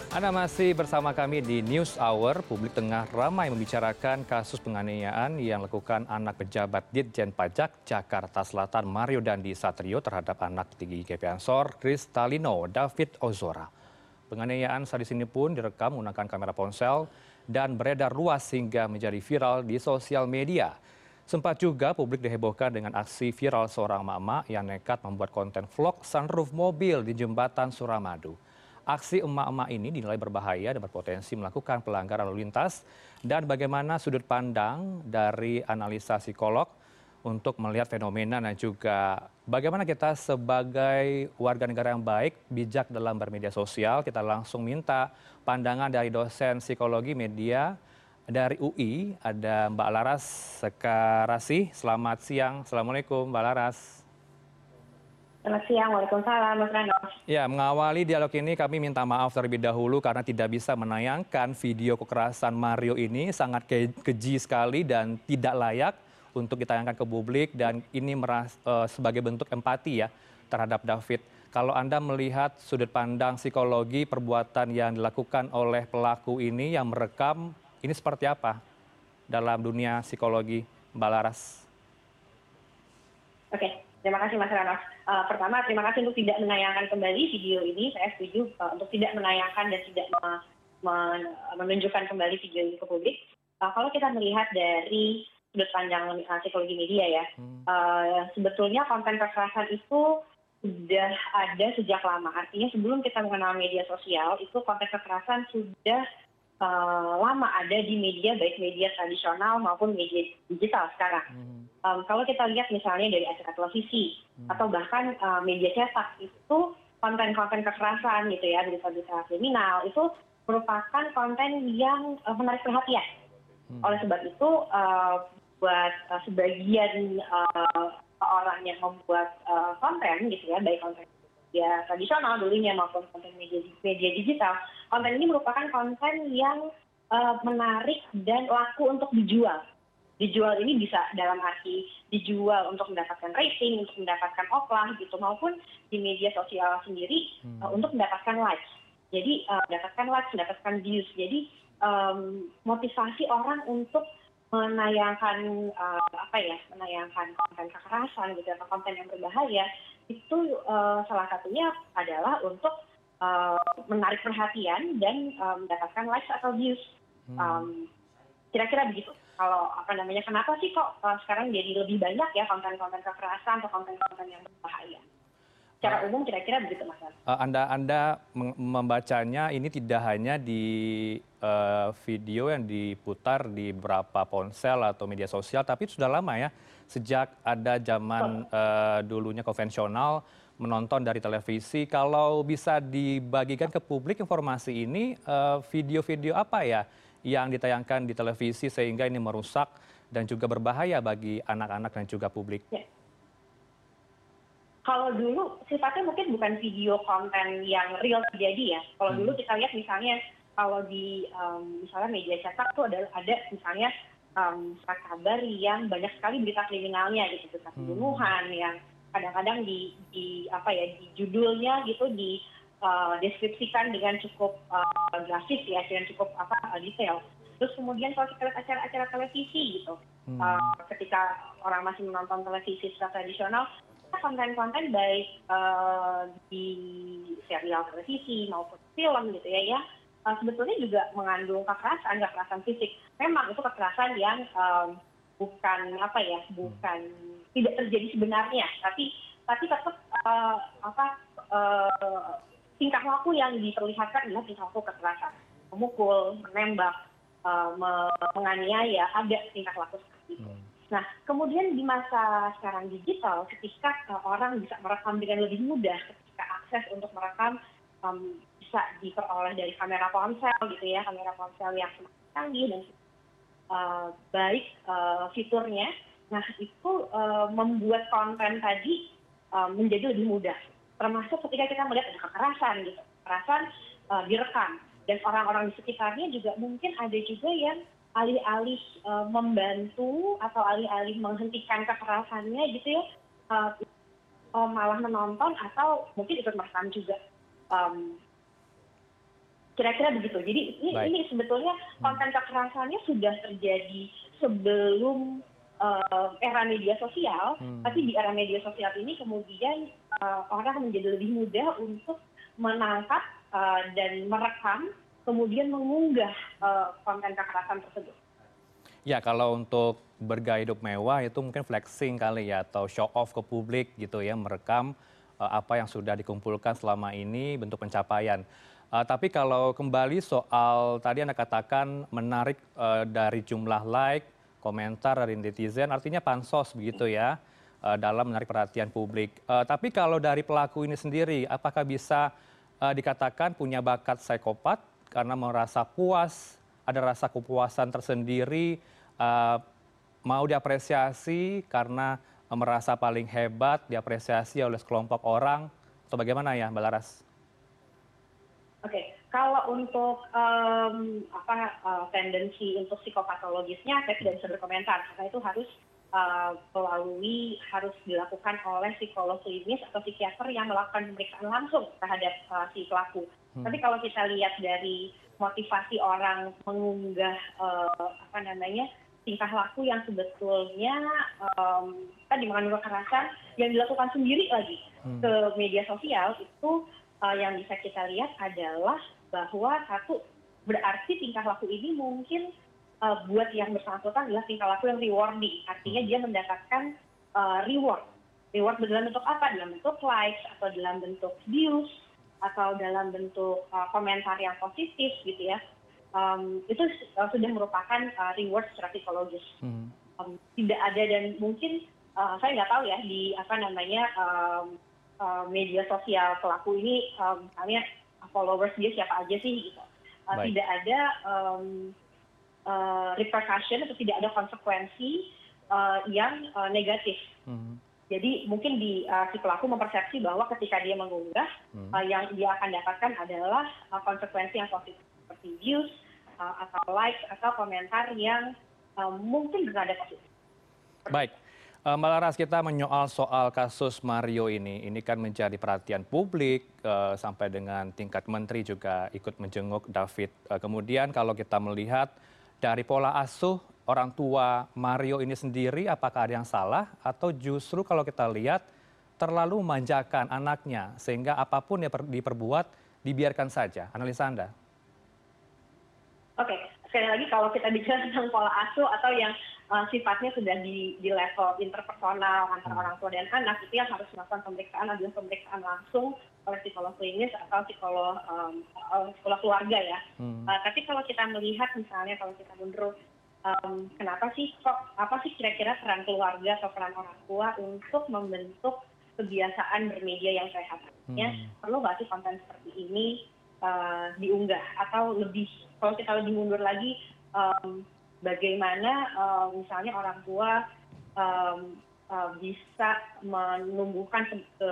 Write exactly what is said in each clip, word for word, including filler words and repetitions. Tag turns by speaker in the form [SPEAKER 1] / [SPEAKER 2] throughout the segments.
[SPEAKER 1] Anda masih bersama kami di News Hour. Publik tengah ramai membicarakan kasus penganiayaan yang dilakukan anak pejabat Ditjen Pajak Jakarta Selatan Mario Dandi Satrio terhadap anak petinggi G P Ansor Kristalino David Ozora. Penganiayaan sadis ini pun direkam menggunakan kamera ponsel dan beredar luas hingga menjadi viral di sosial media. Sempat juga publik dihebohkan dengan aksi viral seorang emak-emak yang nekat membuat konten vlog sunroof mobil di jembatan Suramadu. Aksi emak-emak ini dinilai berbahaya dan berpotensi melakukan pelanggaran lalu lintas dan bagaimana sudut pandang dari analisa psikolog untuk melihat fenomena dan juga bagaimana kita sebagai warga negara yang baik, bijak dalam bermedia sosial. Kita langsung minta pandangan dari dosen psikologi media dari U I, ada Mbak Laras Sekarasih. Selamat siang, Assalamualaikum Mbak Laras.
[SPEAKER 2] Selamat siang, Waalaikumsalam, Mas Rano.
[SPEAKER 1] Ya, mengawali dialog ini kami minta maaf terlebih dahulu karena tidak bisa menayangkan video kekerasan Mario ini, sangat ke keji sekali dan tidak layak untuk ditayangkan ke publik dan ini meras, uh, sebagai bentuk empati ya terhadap David. Kalau Anda melihat sudut pandang psikologi perbuatan yang dilakukan oleh pelaku ini yang merekam, ini seperti apa dalam dunia psikologi, Mbak Laras?
[SPEAKER 2] Oke, terima kasih Mas Rano. Uh, pertama, terima kasih untuk tidak menayangkan kembali video ini. Saya setuju uh, untuk tidak menayangkan dan tidak me me menunjukkan kembali video ini ke publik. Uh, kalau kita melihat dari sudut pandang uh, psikologi media ya, hmm. uh, sebetulnya konten kekerasan itu sudah ada sejak lama. Artinya sebelum kita mengenal media sosial, itu konten kekerasan sudah Uh, lama ada di media, baik media tradisional maupun media digital sekarang. Hmm. Um, kalau kita lihat misalnya dari acara televisi hmm. atau bahkan uh, media cetak, itu konten-konten kekerasan gitu ya, berita-berita kriminal, itu merupakan konten yang uh, menarik perhatian. Hmm. Oleh sebab itu, uh, buat uh, sebagian uh, orang yang membuat uh, konten gitu ya, baik konten media tradisional dulunya maupun konten media, media digital, konten ini merupakan konten yang uh, menarik dan laku untuk dijual. Dijual ini bisa dalam arti dijual untuk mendapatkan rating, untuk mendapatkan oplah gitu, maupun di media sosial sendiri hmm. uh, untuk mendapatkan likes. Jadi uh, mendapatkan likes, mendapatkan views. Jadi um, motivasi orang untuk menayangkan uh, apa ya, menayangkan konten kekerasan gitu atau konten yang berbahaya itu uh, salah satunya adalah untuk uh, menarik perhatian dan uh, mendapatkan likes atau views. Hmm. Um, kira-kira begitu. Kalau apa namanya, kenapa sih kok uh, sekarang jadi lebih banyak ya konten-konten kekerasan atau konten-konten yang berbahaya? Secara umum kira-kira begitu, Mas.
[SPEAKER 1] Uh, anda Anda membacanya ini tidak hanya di uh, video yang diputar di beberapa ponsel atau media sosial, tapi sudah lama ya, sejak ada zaman uh, dulunya konvensional menonton dari televisi. Kalau bisa dibagikan ke publik informasi ini, video-video uh, apa ya yang ditayangkan di televisi sehingga ini merusak dan juga berbahaya bagi anak-anak dan juga publik?
[SPEAKER 2] Ya. Kalau dulu sifatnya mungkin bukan video konten yang real terjadi ya. Kalau hmm. dulu kita lihat misalnya kalau di um, misalnya media cetak tuh ada ada misalnya um, surat kabar yang banyak sekali berita kriminalnya gitu, berita pembunuhan hmm. yang kadang-kadang di, di apa ya di judulnya gitu di uh, deskripsikan dengan cukup uh, grafis ya, dengan cukup apa uh, detail. Terus kemudian kalau kita lihat acara-acara televisi gitu, hmm. uh, ketika orang masih menonton televisi secara tradisional, konten-konten baik uh, di serial televisi maupun film gitu ya, ya uh, sebetulnya juga mengandung kekerasan, kekerasan fisik. Memang itu kekerasan yang um, bukan apa ya, bukan hmm. tidak terjadi sebenarnya, tapi tapi tetap uh, apa uh, tingkah laku yang diperlihatkan adalah tingkah laku kekerasan, memukul, menembak, uh, menganiaya, ada tingkah laku seperti itu. Hmm. Nah, kemudian di masa sekarang digital, ketika uh, orang bisa merekam dengan lebih mudah, ketika akses untuk merekam um, bisa diperoleh dari kamera ponsel gitu ya, kamera ponsel yang semakin canggih dan uh, baik uh, fiturnya, nah itu uh, membuat konten tadi uh, menjadi lebih mudah. Termasuk ketika kita melihat ada kekerasan gitu, kekerasan uh, direkam, dan orang-orang di sekitarnya juga mungkin ada juga yang alih-alih uh, membantu atau alih-alih menghentikan kekerasannya gitu ya, uh, uh, malah menonton atau mungkin ikut merekam juga. Um, Kira-kira begitu. Jadi ini, ini sebetulnya konten kekerasannya sudah terjadi sebelum uh, era media sosial, hmm. tapi di era media sosial ini kemudian uh, orang menjadi lebih mudah untuk menangkap uh, dan merekam, kemudian mengunggah uh, konten kekerasan tersebut.
[SPEAKER 1] Ya, kalau untuk bergaya hidup mewah itu mungkin flexing kali ya, atau show off ke publik gitu ya, merekam uh, apa yang sudah dikumpulkan selama ini bentuk pencapaian. Uh, tapi kalau kembali soal tadi Anda katakan menarik uh, dari jumlah like, komentar dari netizen, artinya pansos begitu ya uh, dalam menarik perhatian publik. Uh, tapi kalau dari pelaku ini sendiri, apakah bisa uh, dikatakan punya bakat psikopat karena merasa puas, ada rasa kepuasan tersendiri, uh, mau diapresiasi karena uh, merasa paling hebat, diapresiasi oleh sekelompok orang, atau bagaimana ya Mbak Laras?
[SPEAKER 2] Oke, kalau untuk um, apa uh, tendensi untuk psikopatologisnya saya tidak bisa berkomentar karena itu harus uh, melalui harus dilakukan oleh psikolog klinis atau psikiater yang melakukan pemeriksaan langsung terhadap uh, si pelaku. Hmm. Tapi kalau kita lihat dari motivasi orang mengunggah uh, apa namanya tingkah laku yang sebetulnya um, tadi mengandung kekerasan yang dilakukan sendiri lagi hmm. ke media sosial itu. Uh, yang bisa kita lihat adalah bahwa satu berarti tingkah laku ini mungkin uh, buat yang bersangkutan adalah tingkah laku yang rewarding, artinya dia mendapatkan uh, reward. Reward dalam bentuk apa? Dalam bentuk likes atau dalam bentuk views atau dalam bentuk uh, komentar yang positif gitu ya. Um, itu uh, sudah merupakan uh, reward secara psikologis. Hmm. Um, tidak ada dan mungkin uh, saya nggak tahu ya di apa namanya um, Uh, media sosial pelaku ini uh, misalnya followers dia siapa aja sih gitu. Uh, tidak ada um, uh, repercussion atau tidak ada konsekuensi uh, yang uh, negatif. Mm-hmm. Jadi mungkin di uh, si pelaku mempersepsi bahwa ketika dia mengunggah mm-hmm. uh, yang dia akan dapatkan adalah uh, konsekuensi yang positif seperti views uh, atau likes atau komentar yang uh, mungkin bernada positif.
[SPEAKER 1] Baik. Mbak Laras, kita menyoal soal kasus Mario ini. Ini kan menjadi perhatian publik, eh, sampai dengan tingkat menteri juga ikut menjenguk David. Eh, kemudian kalau kita melihat dari pola asuh orang tua Mario ini sendiri, apakah ada yang salah? Atau justru kalau kita lihat terlalu memanjakan anaknya, sehingga apapun yang diperbuat dibiarkan saja. Analisa Anda?
[SPEAKER 2] Oke, sekali lagi kalau kita bicara tentang pola asuh atau yang Uh, sifatnya sudah di, di level interpersonal antara hmm. orang tua dan anak, itu yang harus melakukan pemeriksaan adalah pemeriksaan langsung oleh psikolog klinis atau psikolog um, psikolog keluarga ya. Hmm. Uh, tapi kalau kita melihat misalnya kalau kita mundur, um, kenapa sih kok apa sih kira-kira peran keluarga atau peran orang tua untuk membentuk kebiasaan bermedia yang sehat? Ya, hmm. perlu nggak sih konten seperti ini uh, diunggah atau lebih kalau kita lebih mundur lagi? Um, Bagaimana uh, misalnya orang tua um, uh, bisa menumbuhkan ke, ke,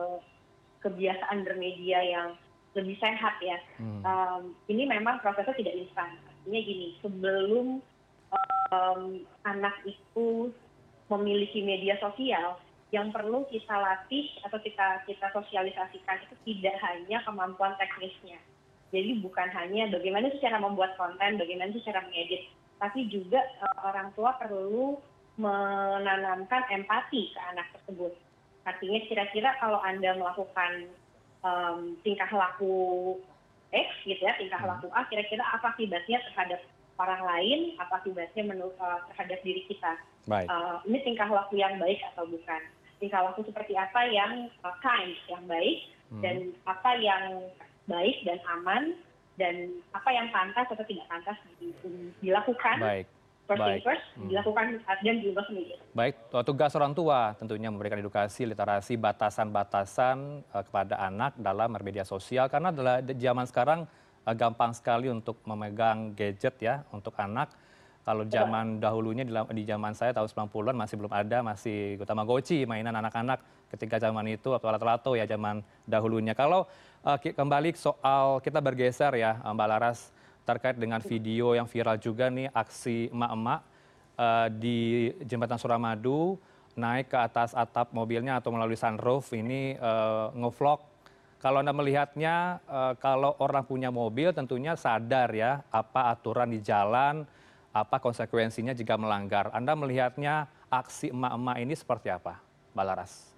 [SPEAKER 2] kebiasaan bermedia yang lebih sehat ya. Hmm. Um, ini memang prosesnya tidak instan. Artinya gini, sebelum um, anak itu memiliki media sosial, yang perlu kita latih atau kita kita sosialisasikan itu tidak hanya kemampuan teknisnya. Jadi bukan hanya bagaimana cara membuat konten, bagaimana cara mengedit, tapi juga uh, orang tua perlu menanamkan empati ke anak tersebut. Artinya kira-kira kalau Anda melakukan um, tingkah laku X gitu ya, tingkah laku A, kira-kira apa akibatnya terhadap orang lain, apa akibatnya menurut, uh, terhadap diri kita. Uh, ini tingkah laku yang baik atau bukan. Tingkah laku seperti apa yang uh, kind, yang baik, hmm. dan apa yang baik dan aman, dan apa yang pantas atau tidak pantas dilakukan. Baik. First thing first, hmm. dilakukan dan diubah sendiri.
[SPEAKER 1] Baik, tugas orang tua tentunya memberikan edukasi, literasi, batasan-batasan uh, kepada anak dalam bermedia sosial. Karena adalah zaman sekarang uh, gampang sekali untuk memegang gadget ya untuk anak. Kalau zaman dahulunya di, di zaman saya tahun sembilan puluhan masih belum ada, masih Tamagotchi mainan anak-anak ketika zaman itu atau lato-lato ya zaman dahulunya. Kalau uh, kembali soal kita bergeser ya Mbak Laras terkait dengan video yang viral juga nih aksi emak-emak uh, di Jembatan Suramadu naik ke atas atap mobilnya atau melalui sunroof ini uh, ngevlog Kalau Anda melihatnya, eh, kalau orang punya mobil tentunya sadar ya apa aturan di jalan, apa konsekuensinya jika melanggar. Anda melihatnya aksi emak-emak ini seperti apa, Mbak Laras?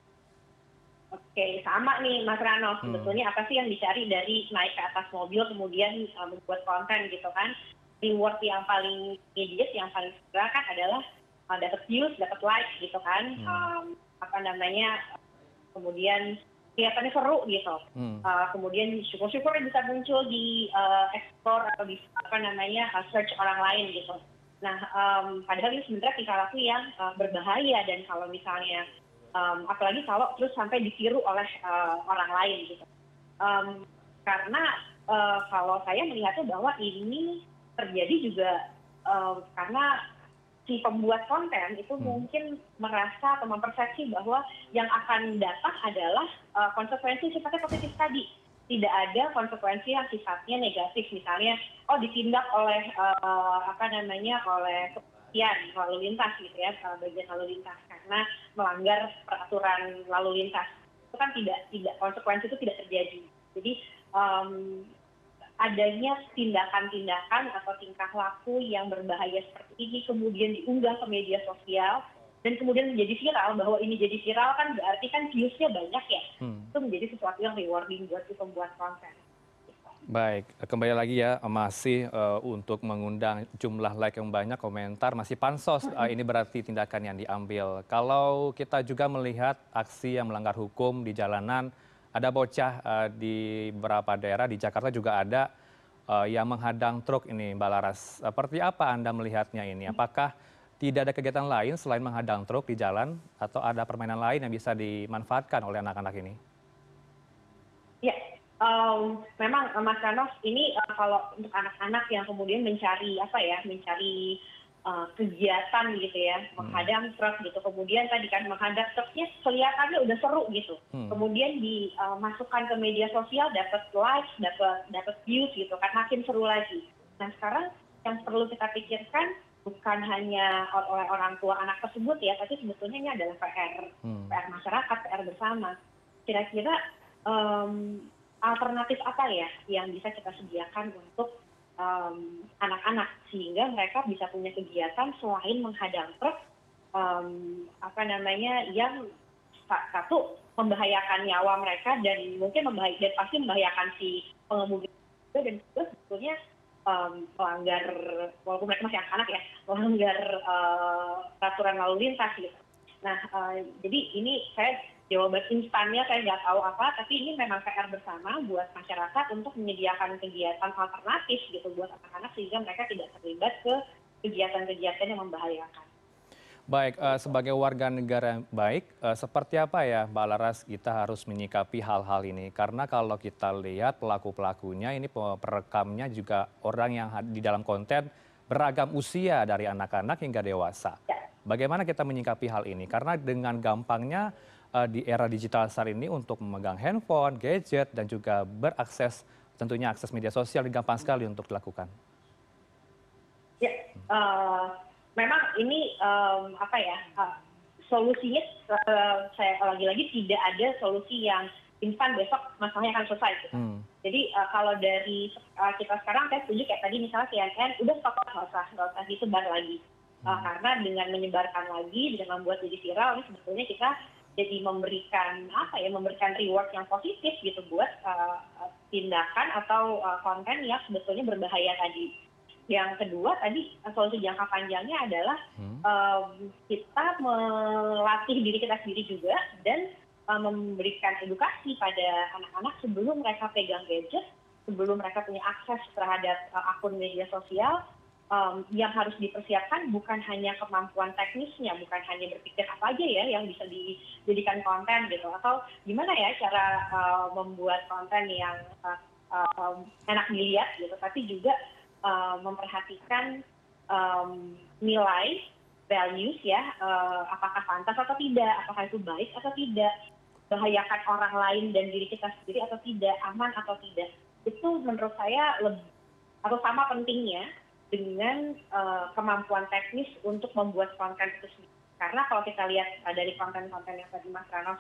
[SPEAKER 2] Oke, sama nih Mas Rano.
[SPEAKER 1] Hmm,
[SPEAKER 2] Sebetulnya apa sih yang dicari dari naik ke atas mobil kemudian uh, membuat konten gitu kan? Reward yang paling immediate, yang paling segera kan adalah uh, dapat views, dapat like gitu kan?
[SPEAKER 1] hmm,
[SPEAKER 2] Um, apa namanya? Kemudian kelihatannya seru gitu.
[SPEAKER 1] hmm,
[SPEAKER 2] Uh, kemudian syukur-syukur bisa muncul di uh, explore atau di apa namanya uh, search orang lain gitu. Nah, um, padahal ini sebenarnya tingkah laku yang uh, berbahaya dan kalau misalnya um, apalagi kalau terus sampai ditiru oleh uh, orang lain gitu. Um, karena uh, kalau saya melihatnya bahwa ini terjadi juga uh, karena si pembuat konten itu
[SPEAKER 1] hmm,
[SPEAKER 2] mungkin merasa atau mempersepsi bahwa yang akan datang adalah uh, konsekuensi sifatnya positif tadi. Tidak ada konsekuensi yang sifatnya negatif, misalnya, oh ditindak oleh uh, apa namanya oleh kepolisian lalu lintas gitu ya, uh, bagian lalu lintas karena melanggar peraturan lalu lintas. Itu kan tidak tidak konsekuensi itu tidak terjadi. Jadi um, adanya tindakan-tindakan atau tingkah laku yang berbahaya seperti ini kemudian diunggah ke media sosial dan kemudian menjadi viral, bahwa ini jadi viral kan berarti kan views-nya banyak ya.
[SPEAKER 1] hmm.
[SPEAKER 2] Itu menjadi sesuatu yang rewarding buat si pembuat konten. Gitu.
[SPEAKER 1] Baik, kembali lagi ya, masih eh, untuk mengundang jumlah like yang banyak, komentar, masih pansos, eh, ini berarti tindakan yang diambil. Kalau kita juga melihat aksi yang melanggar hukum di jalanan, ada bocah eh, di beberapa daerah, di Jakarta juga ada eh, yang menghadang truk ini, Mbak Laras. Seperti apa Anda melihatnya ini? Apakah tidak ada kegiatan lain selain menghadang truk di jalan, atau ada permainan lain yang bisa dimanfaatkan oleh anak-anak ini?
[SPEAKER 2] Ya, um, memang uh, Mas Ranoff ini uh, kalau untuk anak-anak yang kemudian mencari apa ya, mencari uh, kegiatan gitu ya,
[SPEAKER 1] Hmm,
[SPEAKER 2] menghadang truk gitu. Kemudian tadi kan menghadang truknya kelihatannya udah seru gitu.
[SPEAKER 1] hmm,
[SPEAKER 2] Kemudian dimasukkan ke media sosial, dapat likes, dapat dapat views gitu kan, makin seru lagi. Nah sekarang yang perlu kita pikirkan bukan hanya oleh orang tua anak tersebut ya, tapi sebetulnya ini adalah P R,
[SPEAKER 1] hmm.
[SPEAKER 2] P R masyarakat, P R bersama. Kira-kira um, alternatif apa ya yang bisa kita sediakan untuk um, anak-anak sehingga mereka bisa punya kegiatan selain menghadang truk um, apa namanya yang sa- satu membahayakan nyawa mereka dan mungkin membahaya, dan pasti membahayakan si pengemudi juga, dan juga sebetulnya um, melanggar, walaupun mereka masih anak-anak ya, melanggar uh, peraturan lalu lintas gitu. Nah, uh, jadi ini saya jawaban instannya saya nggak tahu apa, tapi ini memang P R bersama buat masyarakat untuk menyediakan kegiatan alternatif gitu buat anak-anak sehingga mereka tidak terlibat ke kegiatan-kegiatan yang membahayakan.
[SPEAKER 1] Baik, eh,
[SPEAKER 2] Gitu.
[SPEAKER 1] sebagai warga negara yang baik, eh, seperti apa ya Mbak Laras kita harus menyikapi hal-hal ini? Karena kalau kita lihat pelaku-pelakunya ini pe- perekamnya juga orang yang had- di dalam konten beragam usia dari anak-anak hingga dewasa.
[SPEAKER 2] Ya.
[SPEAKER 1] Bagaimana kita menyikapi hal ini? Karena dengan gampangnya eh, di era digital saat ini untuk memegang handphone, gadget, dan juga berakses tentunya akses media sosial ini gampang sekali untuk dilakukan.
[SPEAKER 2] Ya, eh, memang ini em, apa ya, eh, solusinya eh, saya lagi-lagi tidak ada solusi yang instan besok masalahnya akan selesai gitu.
[SPEAKER 1] Hmm,
[SPEAKER 2] Jadi eh, kalau dari eh, kita sekarang saya setuju kayak tadi misalnya C N N udah stop lah, nggak usah nggak usah disebar lagi. Eh,
[SPEAKER 1] hmm.
[SPEAKER 2] karena dengan menyebarkan lagi, dengan membuat jadi viral, ini sebetulnya kita jadi memberikan apa ya, memberikan reward yang positif gitu buat eh, eh, tindakan atau eh, konten yang sebetulnya berbahaya tadi. Yang kedua tadi solusi jangka panjangnya adalah
[SPEAKER 1] Hmm.
[SPEAKER 2] em, kita melatih diri kita sendiri juga dan eh, memberikan edukasi pada anak-anak sebelum mereka pegang gadget, sebelum mereka punya akses terhadap eh, akun media sosial, em, yang harus dipersiapkan bukan hanya kemampuan teknisnya, bukan hanya berpikir apa aja ya yang bisa dijadikan konten gitu, atau gimana ya cara eh, membuat konten yang eh, eh, enak dilihat gitu, tapi juga uh, memperhatikan um, nilai, values ya, uh, apakah pantas atau tidak, apakah itu baik atau tidak, bahayakan orang lain dan diri kita sendiri atau tidak, aman atau tidak. Itu menurut saya lebih atau sama pentingnya dengan uh, kemampuan teknis untuk membuat konten itu sendiri. Karena kalau kita lihat uh, dari konten-konten yang tadi Mas Ranoff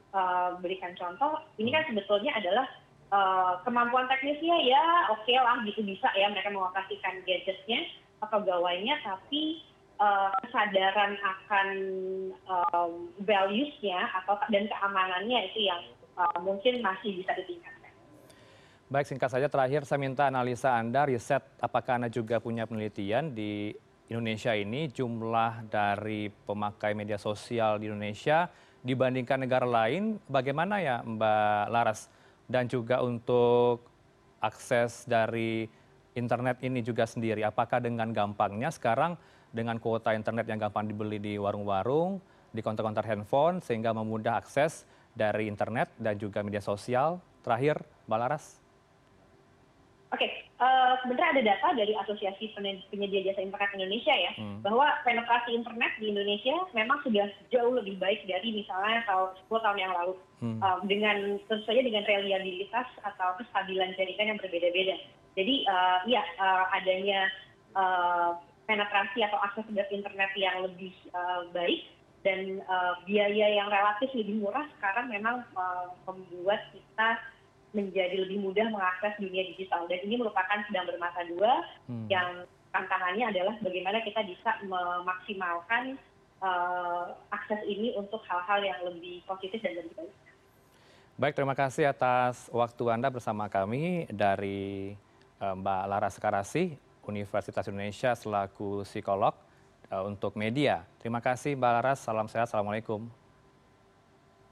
[SPEAKER 2] uh, berikan contoh, ini kan sebetulnya adalah uh, kemampuan teknisnya ya oke okay lah gitu bisa ya mereka mengoperasikan gadgetnya atau gawainya, tapi uh, kesadaran akan um, values-nya atau dan keamanannya itu yang uh, mungkin masih bisa ditingkatkan.
[SPEAKER 1] Baik, singkat saja terakhir saya minta analisa Anda, riset apakah Anda juga punya penelitian di Indonesia ini jumlah dari pemakai media sosial di Indonesia dibandingkan negara lain, bagaimana ya Mbak Laras? Dan juga untuk akses dari internet ini juga sendiri, apakah dengan gampangnya sekarang dengan kuota internet yang gampang dibeli di warung-warung, di konter-konter handphone, sehingga memudah akses dari internet dan juga media sosial? Terakhir, Mbak Laras.
[SPEAKER 2] Oke, uh, sebenarnya ada data dari Asosiasi Penyedia Jasa Internet Indonesia ya, hmm. bahwa penetrasi internet di Indonesia memang sudah jauh lebih baik dari misalnya tahun sepuluh tahun yang lalu. Hmm. Uh, dengan tentu saja dengan reliabilitas atau kestabilan jaringan yang berbeda-beda. Jadi uh, ya uh, adanya uh, penetrasi atau akses terhadap internet yang lebih uh, baik dan uh, biaya yang relatif lebih murah sekarang memang uh, membuat kita menjadi lebih mudah mengakses dunia digital. Dan ini merupakan sedang bermata dua, hmm. yang tantangannya adalah bagaimana kita bisa memaksimalkan uh, akses ini untuk hal-hal yang lebih positif dan lebih baik.
[SPEAKER 1] Baik, terima kasih atas waktu Anda bersama kami dari uh, Mbak Laras Sekarasih, Universitas Indonesia selaku psikolog uh, untuk media. Terima kasih Mbak Laras, salam sehat, Assalamualaikum.